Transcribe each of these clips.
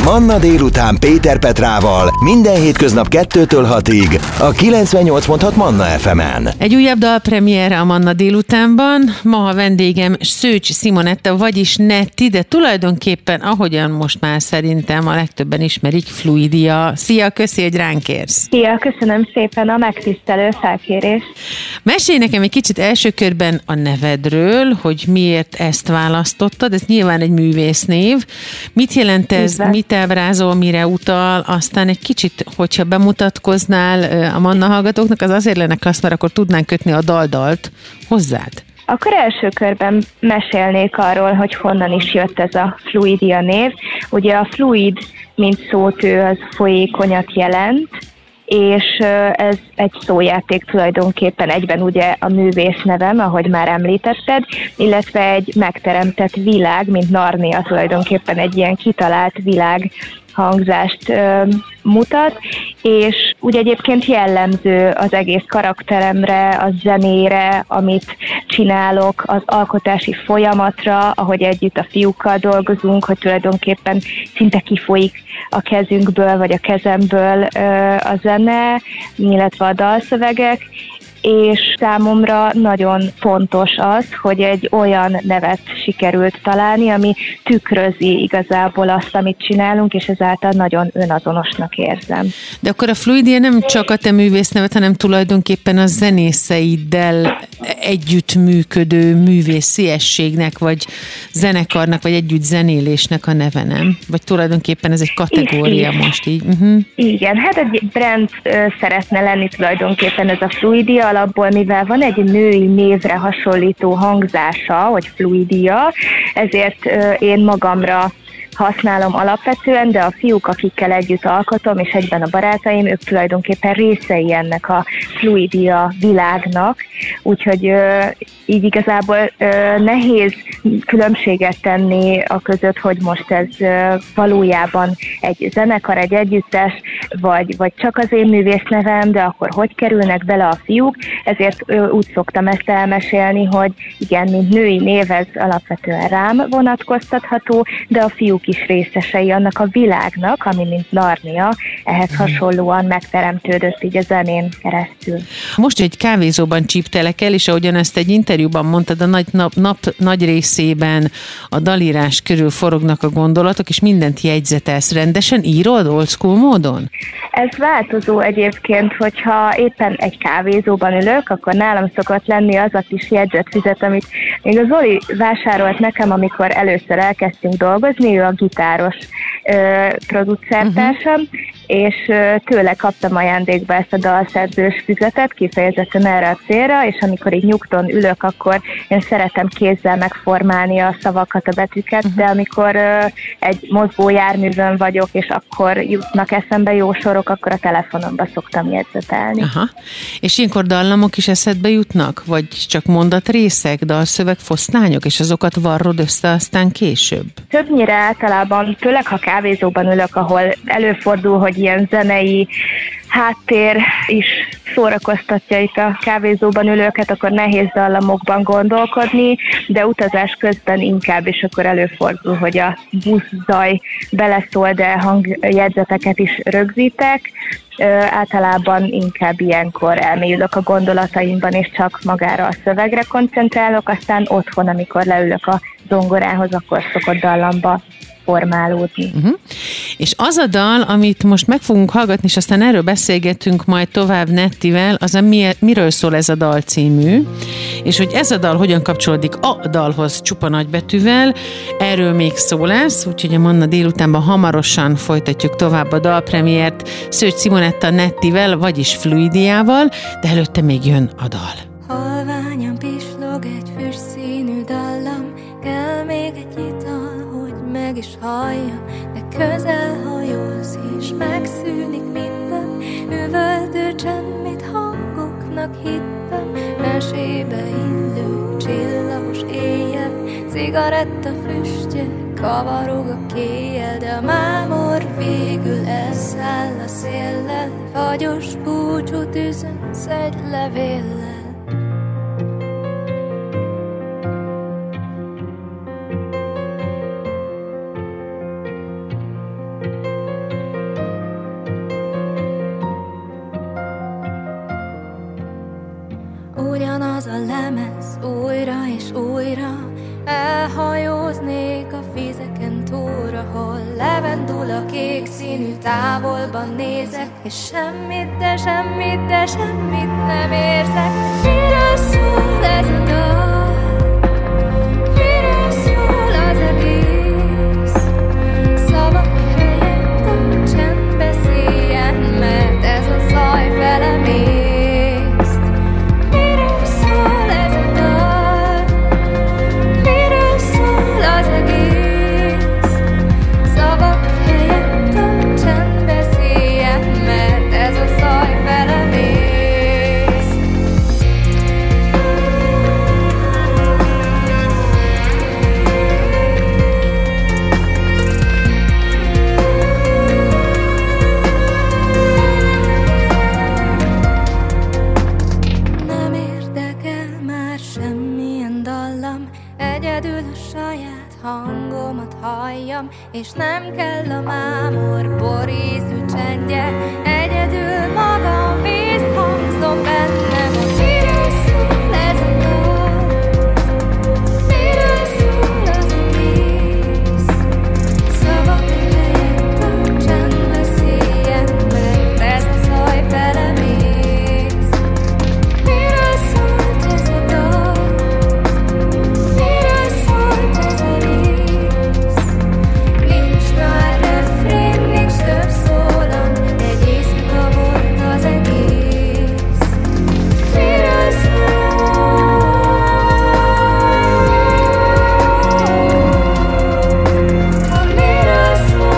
Manna délután Péter Petrával minden hétköznap 2-től 6-ig a 98.6 Manna FM-en. Egy újabb dalpremiére a Manna délutánban. Ma a vendégem Szőcs Simonetta, vagyis Netti, de tulajdonképpen, ahogyan most már szerintem a legtöbben ismerik, Fluidia. Szia, köszi, hogy ránk érsz. Szia, köszönöm szépen a megtisztelő felkérést. Mesélj nekem egy kicsit első körben a nevedről, hogy miért ezt választottad. Ez nyilván egy művésznév. Mit jelent ez, mit ábrázol, mire utal, aztán egy kicsit, hogyha bemutatkoznál a Manna hallgatóknak, az azért lenne klassz, mert akkor tudnánk kötni a daldalt hozzád. Akkor első körben mesélnék arról, hogy honnan is jött ez a Fluidia név. Ugye a fluid, mint szótő, az folyékonyat jelent, és ez egy szójáték tulajdonképpen, egyben ugye a művész nevem, ahogy már említetted, illetve egy megteremtett világ, mint Narnia, tulajdonképpen egy ilyen kitalált világ hangzást mutat, és úgy egyébként jellemző az egész karakteremre, a zenére, amit csinálok, az alkotási folyamatra, ahogy együtt a fiúkkal dolgozunk, hogy tulajdonképpen szinte kifolyik a kezünkből, vagy a kezemből a zene, illetve a dalszövegek, és számomra nagyon fontos az, hogy egy olyan nevet sikerült találni, ami tükrözi igazából azt, amit csinálunk, és ezáltal nagyon önazonosnak érzem. De akkor a Fluidia nem csak a te művésznevet, hanem tulajdonképpen a zenészeiddel együttműködő művésziességnek, vagy zenekarnak, vagy együtt zenélésnek a neve, nem? Vagy tulajdonképpen ez egy kategória most így? Igen, hát egy brand szeretne lenni tulajdonképpen ez a Fluidia, alapból, mivel van egy női névre hasonlító hangzása, hogy Fluidia, ezért én magamra használom alapvetően, de a fiúk, akikkel együtt alkotom, és egyben a barátaim, ők tulajdonképpen részei ennek a Fluidia világnak, úgyhogy így igazából nehéz különbséget tenni a között, hogy most ez valójában egy zenekar, egy együttes, vagy csak az én művésznevem, de akkor hogy kerülnek bele a fiúk, ezért úgy szoktam ezt elmesélni, hogy igen, mint női név ez alapvetően rám vonatkoztatható, de a fiúk is részesei annak a világnak, ami mint Narnia, ehhez hasonlóan megteremtődött így a zenén keresztül. Most egy kávézóban csíptelek el, és ahogyan ezt egy interjúban mondtad, a nap nagy részében a dalírás körül forognak a gondolatok, és mindent jegyzetelsz. Rendesen írod old school módon? Ez változó egyébként, hogyha éppen egy kávézóban ülök, akkor nálam szokott lenni az a kis jegyzetfüzet, amit még a Zoli vásárolt nekem, amikor először elkezdtünk dolgozni, ő a gitáros producertársam, és tőle kaptam ajándékba ezt a dalszerzős füzetet, kifejezetten erre a célra, és amikor így nyugton ülök, akkor én szeretem kézzel megformálni a szavakat, a betűket, de amikor egy mozgó járművön vagyok, és akkor jutnak eszembe jó sorok, akkor a telefonomba szoktam jegyzetelni. Aha. És ilyenkor dallamok is eszedbe jutnak? Vagy csak mondatrészek, dalszöveg, foszlányok, és azokat varrod össze aztán később? Többnyire általában, főleg ha kávézóban ülök, ahol előfordul, hogy ilyen zenei háttér is szórakoztatja itt a kávézóban ülőket, akkor nehéz dallamokban gondolkodni, de utazás közben inkább, és akkor előfordul, hogy a buszzaj beleszól, de hangjegyzeteket is rögzítek. Általában inkább ilyenkor elmélyülök a gondolataimban, és csak magára a szövegre koncentrálok, aztán otthon, amikor leülök a zongorához, akkor szokott dallamba formálódni. És az a dal, amit most meg fogunk hallgatni, és aztán erről beszélgetünk majd tovább Nettivel, az a Miről szól ez a dal című, és hogy ez a dal hogyan kapcsolódik a dalhoz csupa nagybetűvel, erről még szó lesz, úgyhogy a Manna délutánban hamarosan folytatjuk tovább a dalpremiért Szőcs Simonetta Nettivel, vagyis Fluidiával, de előtte még jön a dal. Halványan pislog egy füstszínű dallam, kell még egy ital, hogy meg is halljam, de közel hajolsz és megszűnik minden, üvöltő csend, mit hangoknak hittem, mesébe illő csillagos éjjel, cigaretta füstje, kavarog a kéjjel, de a mámor végül elszáll a széllel, fagyos búcsút üzensz egy levéllel. és újra elhajóznék a vizeken túlra, hol levendul a kék színű távolban nézek, és semmit, de semmit, de semmit nem érzek. Miről szól ez a dal? Miről szól az egész? Szavak helyett a csend beszéljen, mert ez a zaj velem észt. Miről szól ez a dal? Miről szól az egész? Szavak helyett a csend beszéljen, mert ez a zaj velem észt. Nem érdekel már semmilyen dallam, egyedül a saját hangomat halljam, és nem kell a mámor borízű csendje, egyedül magam visszhangzom bennem, hogy miről szól ez a dal, miről szól az egész, szavak helyett a csend beszéljen, mert ez a zaj velem ész. Miről szólt ez a dal? Miről szólt ez a rész? Nincs már refrén, nincs több szólam, egy éjszaka volt az egész. Miről szól? Miről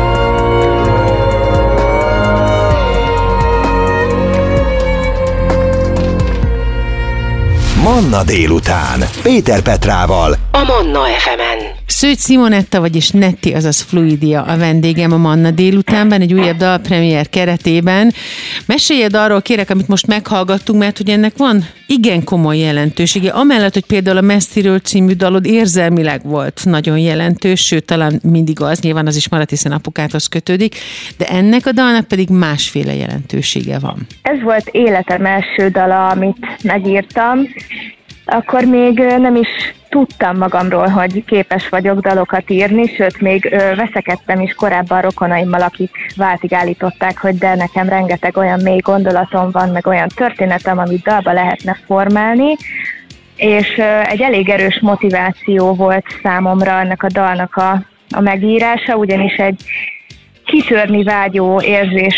Manna délután. Péter Petrával. A Manna FM-en. Szőcs Simonetta, vagyis Netti, azaz Fluidia a vendégem a Manna délutánban, egy újabb dalpremiér keretében. Meséljed arról, kérek, amit most meghallgattunk, mert hogy ennek van igen komoly jelentősége. Amellett, hogy például a Messziről című dalod érzelmileg volt nagyon jelentős, sőt, talán mindig az, nyilván az is maradt, hiszen apukádhoz kötődik, de ennek a dalnak pedig másféle jelentősége van. Ez volt életem első dala, amit megírtam. Akkor még nem is tudtam magamról, hogy képes vagyok dalokat írni, sőt, még veszekedtem is korábban rokonaimmal, akik váltig állították, hogy de nekem rengeteg olyan mély gondolatom van, meg olyan történetem, amit dalba lehetne formálni, és egy elég erős motiváció volt számomra ennek a dalnak a megírása, ugyanis egy kitörni vágyó érzés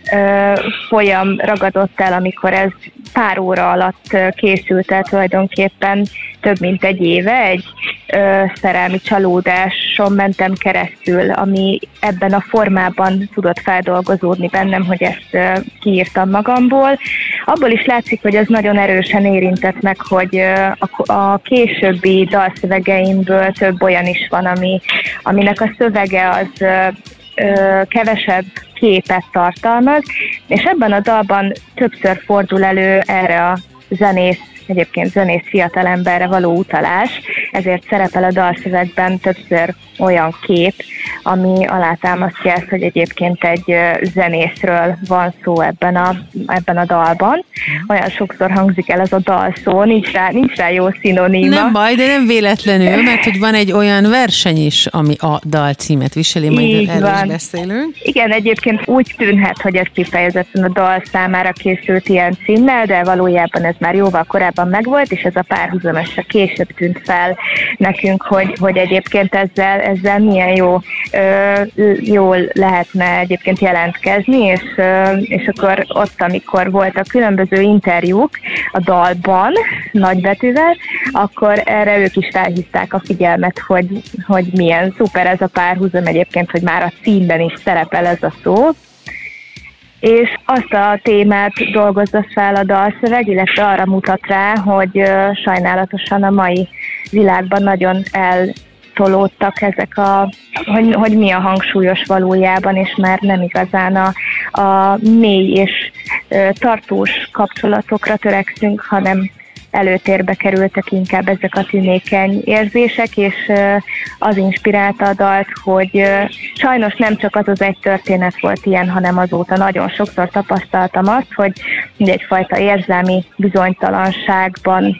folyam ragadott el, amikor ez pár óra alatt készült el, tulajdonképpen több mint egy éve, egy szerelmi csalódáson mentem keresztül, ami ebben a formában tudott feldolgozódni bennem, hogy ezt kiírtam magamból. Abból is látszik, hogy ez nagyon erősen érintett meg, hogy a későbbi dalszövegeimből több olyan is van, aminek a szövege az kevesebb képet tartalmaz, és ebben a dalban többször fordul elő erre a egyébként zenész fiatalemberre való utalás, ezért szerepel a dalszövegben többször olyan kép, ami alátámasztja ezt, hogy egyébként egy zenészről van szó ebben a dalban. Olyan sokszor hangzik el ez a dal szó, nincs rá jó szinoníma. Nem baj, de nem véletlenül, mert hogy van egy olyan verseny is, ami a dal címet viseli, majd erről is beszélünk. Igen, egyébként úgy tűnhet, hogy ez kifejezetten a dal számára készült ilyen címmel, de valójában ez már jóval korábban megvolt, és ez a párhuzamosra később tűnt fel nekünk, hogy egyébként ezzel milyen jól lehetne egyébként jelentkezni, és akkor ott, amikor voltak különböző interjúk a dalban, nagybetűvel, akkor erre ők is felhívták a figyelmet, hogy milyen szuper ez a párhuzam egyébként, hogy már a címben is szerepel ez a szó. És azt a témát dolgozza fel a dalszöveg, illetve arra mutat rá, hogy sajnálatosan a mai világban nagyon eltolódtak ezek hogy mi a hangsúlyos valójában, és már nem igazán a mély és tartós kapcsolatokra törekszünk, hanem előtérbe kerültek inkább ezek a tünékeny érzések, és az inspirálta a dalt, hogy sajnos nem csak az egy történet volt ilyen, hanem azóta nagyon sokszor tapasztaltam azt, hogy egyfajta érzelmi bizonytalanságban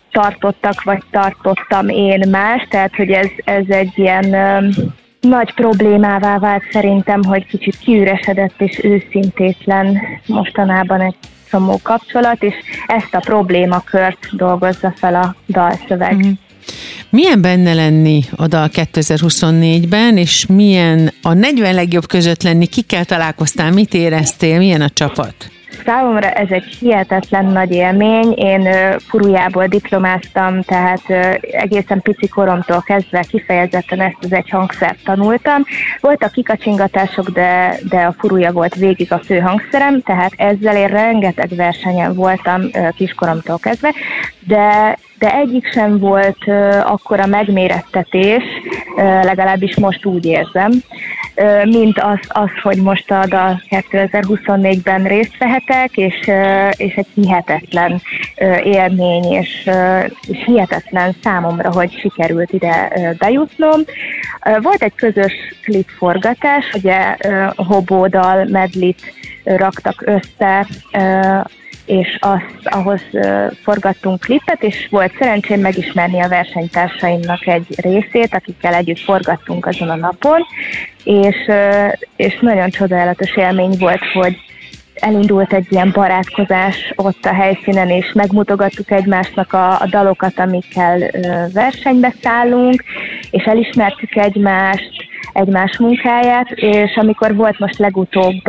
tartottak, vagy tartottam én más, tehát hogy ez egy ilyen nagy problémává vált szerintem, hogy kicsit kiüresedett és őszintétlen mostanában egy csomó kapcsolat, és ezt a problémakört dolgozza fel a dalszöveg. Mm. Milyen benne lenni a dal 2024-ben, és milyen a 40 legjobb között lenni? Kikkel találkoztál, mit éreztél, milyen a csapat? Számomra ez egy hihetetlen nagy élmény. Én Furujából diplomáztam, tehát egészen pici koromtól kezdve kifejezetten ezt az egy hangszert tanultam. Voltak kikacsingatások, de a Furuja volt végig a fő hangszerem, tehát ezzel én rengeteg versenyen voltam kiskoromtól kezdve, de egyik sem volt akkora megmérettetés, legalábbis most úgy érzem, mint az, hogy most a dal 2024-ben részt vehetek, és egy hihetetlen élmény, és hihetetlen számomra, hogy sikerült ide bejutnom. Volt egy közös klipforgatás, ugye Hobódal medlit raktak össze, és ahhoz forgattunk klipet, és volt szerencsém megismerni a versenytársaimnak egy részét, akikkel együtt forgattunk azon a napon, és nagyon csodálatos élmény volt, hogy elindult egy ilyen barátkozás ott a helyszínen, és megmutogattuk egymásnak a dalokat, amikkel versenybe szállunk, és elismertük egymás munkáját, és amikor volt most legutóbb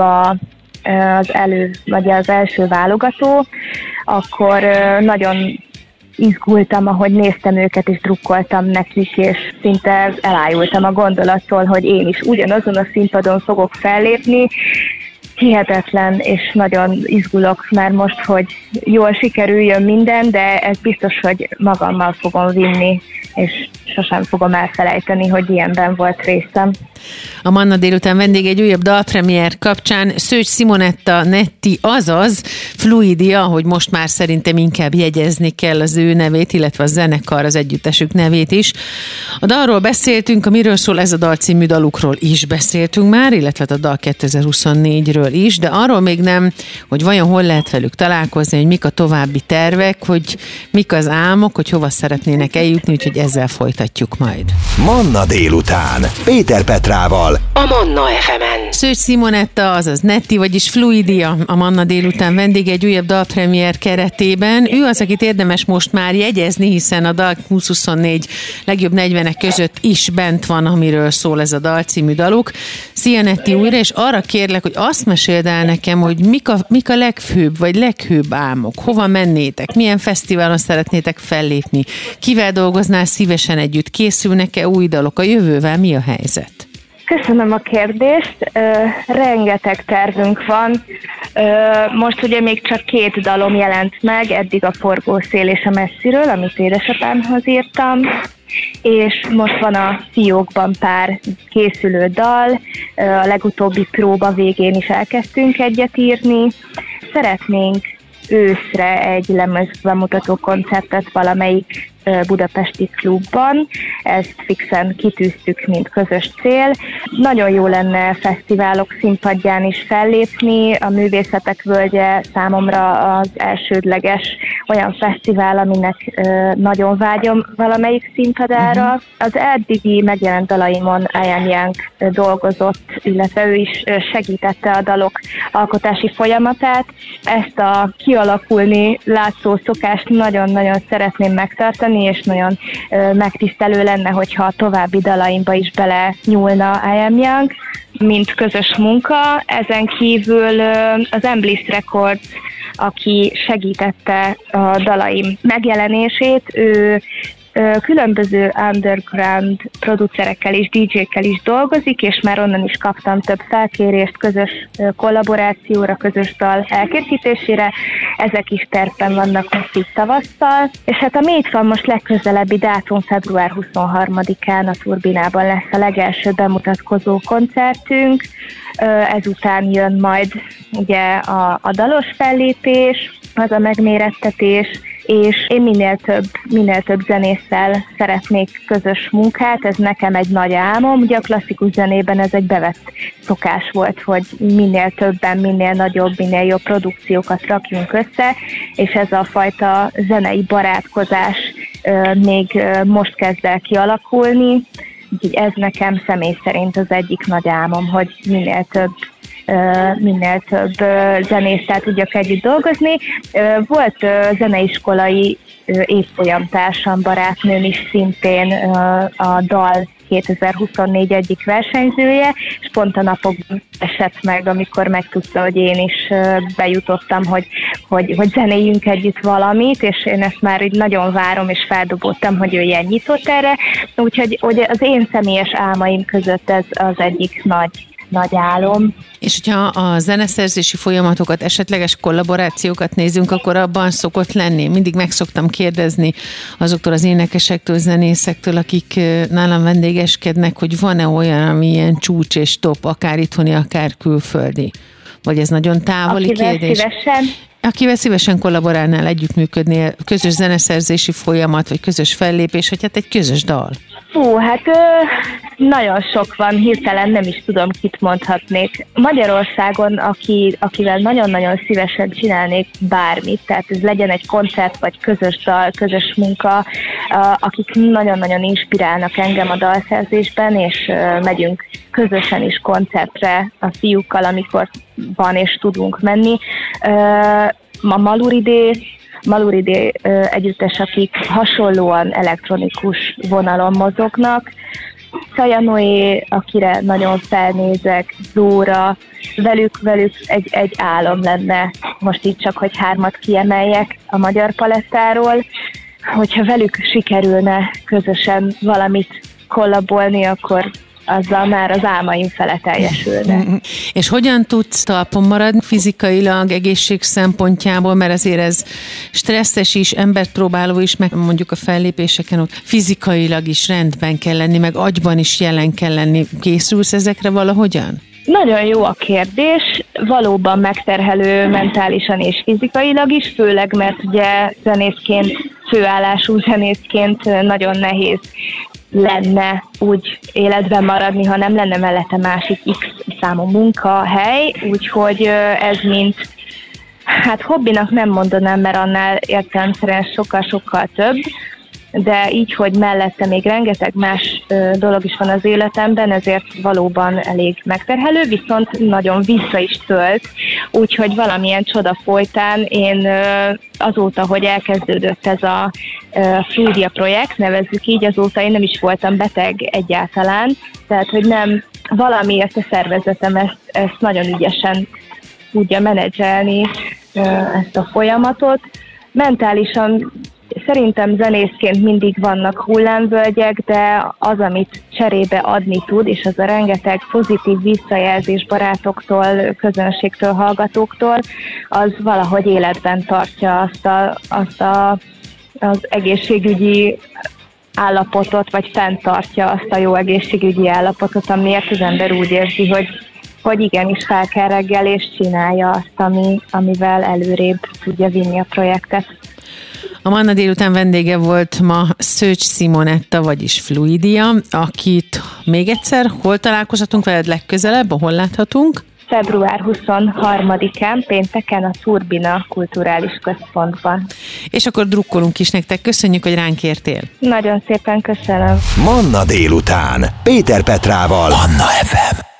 az első válogató, akkor nagyon izgultam, ahogy néztem őket, és drukkoltam nekik, és szinte elájultam a gondolattól, hogy én is ugyanazon a színpadon fogok fellépni. Hihetetlen, és nagyon izgulok már most, hogy jól sikerüljön minden, de ez biztos, hogy magammal fogom vinni, és sosem fogom elfelejteni, hogy ilyenben volt részem. A Manna délután vendég egy újabb dalpremiér kapcsán Szőcs Simonetta Netti, azaz Fluidia, hogy most már szerintem inkább jegyezni kell az ő nevét, illetve a zenekar, az együttesük nevét is. A dalról beszéltünk, a Miről szól ez a dal című dalukról is beszéltünk már, illetve a dal 2024-ről is, de arról még nem, hogy vajon hol lehet velük találkozni, hogy mik a további tervek, hogy mik az álmok, hogy hova szeretnének eljutni, úgyhogy ezzel folytatjuk majd. Manna délután Péter Petrával a Manna FM-en. Szőcs Simonetta, azaz Netti, vagyis Fluidia, a Manna délután vendége egy újabb dalpremiér keretében. Ő az, akit érdemes most már jegyezni, hiszen a dal 2024 legjobb 40-ek között is bent van, amiről szól ez a dal című daluk. Szia Netti újra, és arra kérlek, hogy azt meséld el nekem, hogy mik a legfőbb, vagy leghőbb álmok, hova mennétek, milyen fesztiválon szeretnétek fellépni, kivel dolgoznál szívesen együtt, készülnek-e új dalok a jövővel, mi a helyzet? Köszönöm a kérdést. Rengeteg tervünk van. Most ugye még csak 2 dalom jelent meg, eddig a Forgószél és a Messziről, amit édesapámhoz írtam, és most van a fiókban pár készülő dal, a legutóbbi próba végén is elkezdtünk egyet írni. Szeretnénk őszre egy lemezbemutató koncertet valamelyik budapesti klubban, ezt fixen kitűztük, mint közös cél. Nagyon jó lenne fesztiválok színpadján is fellépni, a Művészetek Völgye számomra az elsődleges olyan fesztivál, aminek nagyon vágyom valamelyik színpadára. Az eddigi megjelent dalaimon Ian Young dolgozott, illetve ő is segítette a dalok alkotási folyamatát. Ezt a kialakulni látszó szokást nagyon-nagyon szeretném megtartani, és nagyon megtisztelő lenne, hogyha a további dalaimba is bele nyúlna I.M. Young, mint közös munka. Ezen kívül az Embliss Records, aki segítette a dalaim megjelenését, ő különböző underground producerekkel és DJ-kkel is dolgozik, és már onnan is kaptam több felkérést közös kollaborációra, közös dal elkészítésére. Ezek is tervben vannak most így tavasszal. És hát a Mélyt van most legközelebbi dátum február 23-án a Turbinában lesz a legelső bemutatkozó koncertünk. Ezután jön majd ugye a dalos fellépés, az a megmérettetés, és én minél több zenésszel szeretnék közös munkát, ez nekem egy nagy álmom. Ugye a klasszikus zenében ez egy bevett szokás volt, hogy minél többen, minél nagyobb, minél jobb produkciókat rakjunk össze, és ez a fajta zenei barátkozás még most kezd el kialakulni, úgyhogy ez nekem személy szerint az egyik nagy álmom, hogy minél több zenésszel tudjak együtt dolgozni. Volt zeneiskolai évfolyamtársam, barátnőm is szintén a DAL 2024 egyik versenyzője, és pont a napokban esett meg, amikor megtudta, hogy én is bejutottam, hogy zenéljünk együtt valamit, és én ezt már így nagyon várom, és feldobottam, hogy ő ilyen nyitott erre. Úgyhogy az én személyes álmaim között ez az egyik nagy álom. És hogyha a zeneszerzési folyamatokat, esetleges kollaborációkat nézünk, akkor abban szokott lenni. Mindig meg szoktam kérdezni azoktól az énekesektől, zenészektől, akik nálam vendégeskednek, hogy van-e olyan, ami ilyen csúcs és top, akár itthoni, akár külföldi. Vagy ez nagyon távoli kérdés? Akivel szívesen kollaborálnál, együttműködnél, közös zeneszerzési folyamat, vagy közös fellépés, vagy hát egy közös dal? Nagyon sok van, hirtelen nem is tudom, kit mondhatnék. Magyarországon, akivel nagyon-nagyon szívesen csinálnék bármit, tehát ez legyen egy koncert, vagy közös dal, közös munka, akik nagyon-nagyon inspirálnak engem a dalszerzésben, és megyünk közösen is koncertre a fiúkkal, amikor van és tudunk menni. A Maluridé együttes, akik hasonlóan elektronikus vonalon mozognak. Sajanoé, akire nagyon felnézek, Dóra, velük egy álom lenne, most így csak, hogy 3 kiemeljek a magyar palettáról, hogyha velük sikerülne közösen valamit kollabolni, akkor azzal már az álmaim fele teljesülne. És hogyan tudsz talpon maradni fizikailag, egészség szempontjából, mert azért ez stresszes is, emberpróbáló is, meg mondjuk a fellépéseken ott fizikailag is rendben kell lenni, meg agyban is jelen kell lenni. Készülsz ezekre valahogyan? Nagyon jó a kérdés, valóban megterhelő mentálisan és fizikailag is, főleg mert ugye zenészként, főállású zenészként nagyon nehéz lenne úgy életben maradni, ha nem lenne mellette másik X számú munkahely, úgyhogy ez mint, hát hobbinak nem mondanám, mert annál értelemszerűen sokkal-sokkal több, de így, hogy mellette még rengeteg más dolog is van az életemben, ezért valóban elég megterhelő, viszont nagyon vissza is tölt, úgyhogy valamilyen csoda folytán én azóta, hogy elkezdődött ez a Fluidia projekt, nevezzük így, azóta én nem is voltam beteg egyáltalán, tehát hogy nem valamiért a szervezetem ezt nagyon ügyesen tudja menedzselni, ezt a folyamatot. Mentálisan szerintem zenészként mindig vannak hullámvölgyek, de az, amit cserébe adni tud, és az a rengeteg pozitív visszajelzés barátoktól, közönségtől, hallgatóktól, az valahogy életben tartja az egészségügyi állapotot, vagy fenntartja azt a jó egészségügyi állapotot, amiért az ember úgy érzi, hogy igenis fel kell reggel, és csinálja azt, amivel előrébb tudja vinni a projektet. A Manna délután vendége volt ma Szőcs Simonetta, vagyis Fluidia, akit még egyszer, hol találkozhatunk veled legközelebb, hol láthatunk? Február 23-án, pénteken a Turbina Kulturális Központban. És akkor drukkolunk is nektek, köszönjük, hogy ránk értél. Nagyon szépen köszönöm. Manna délután, Péter Petrával. Manna FM.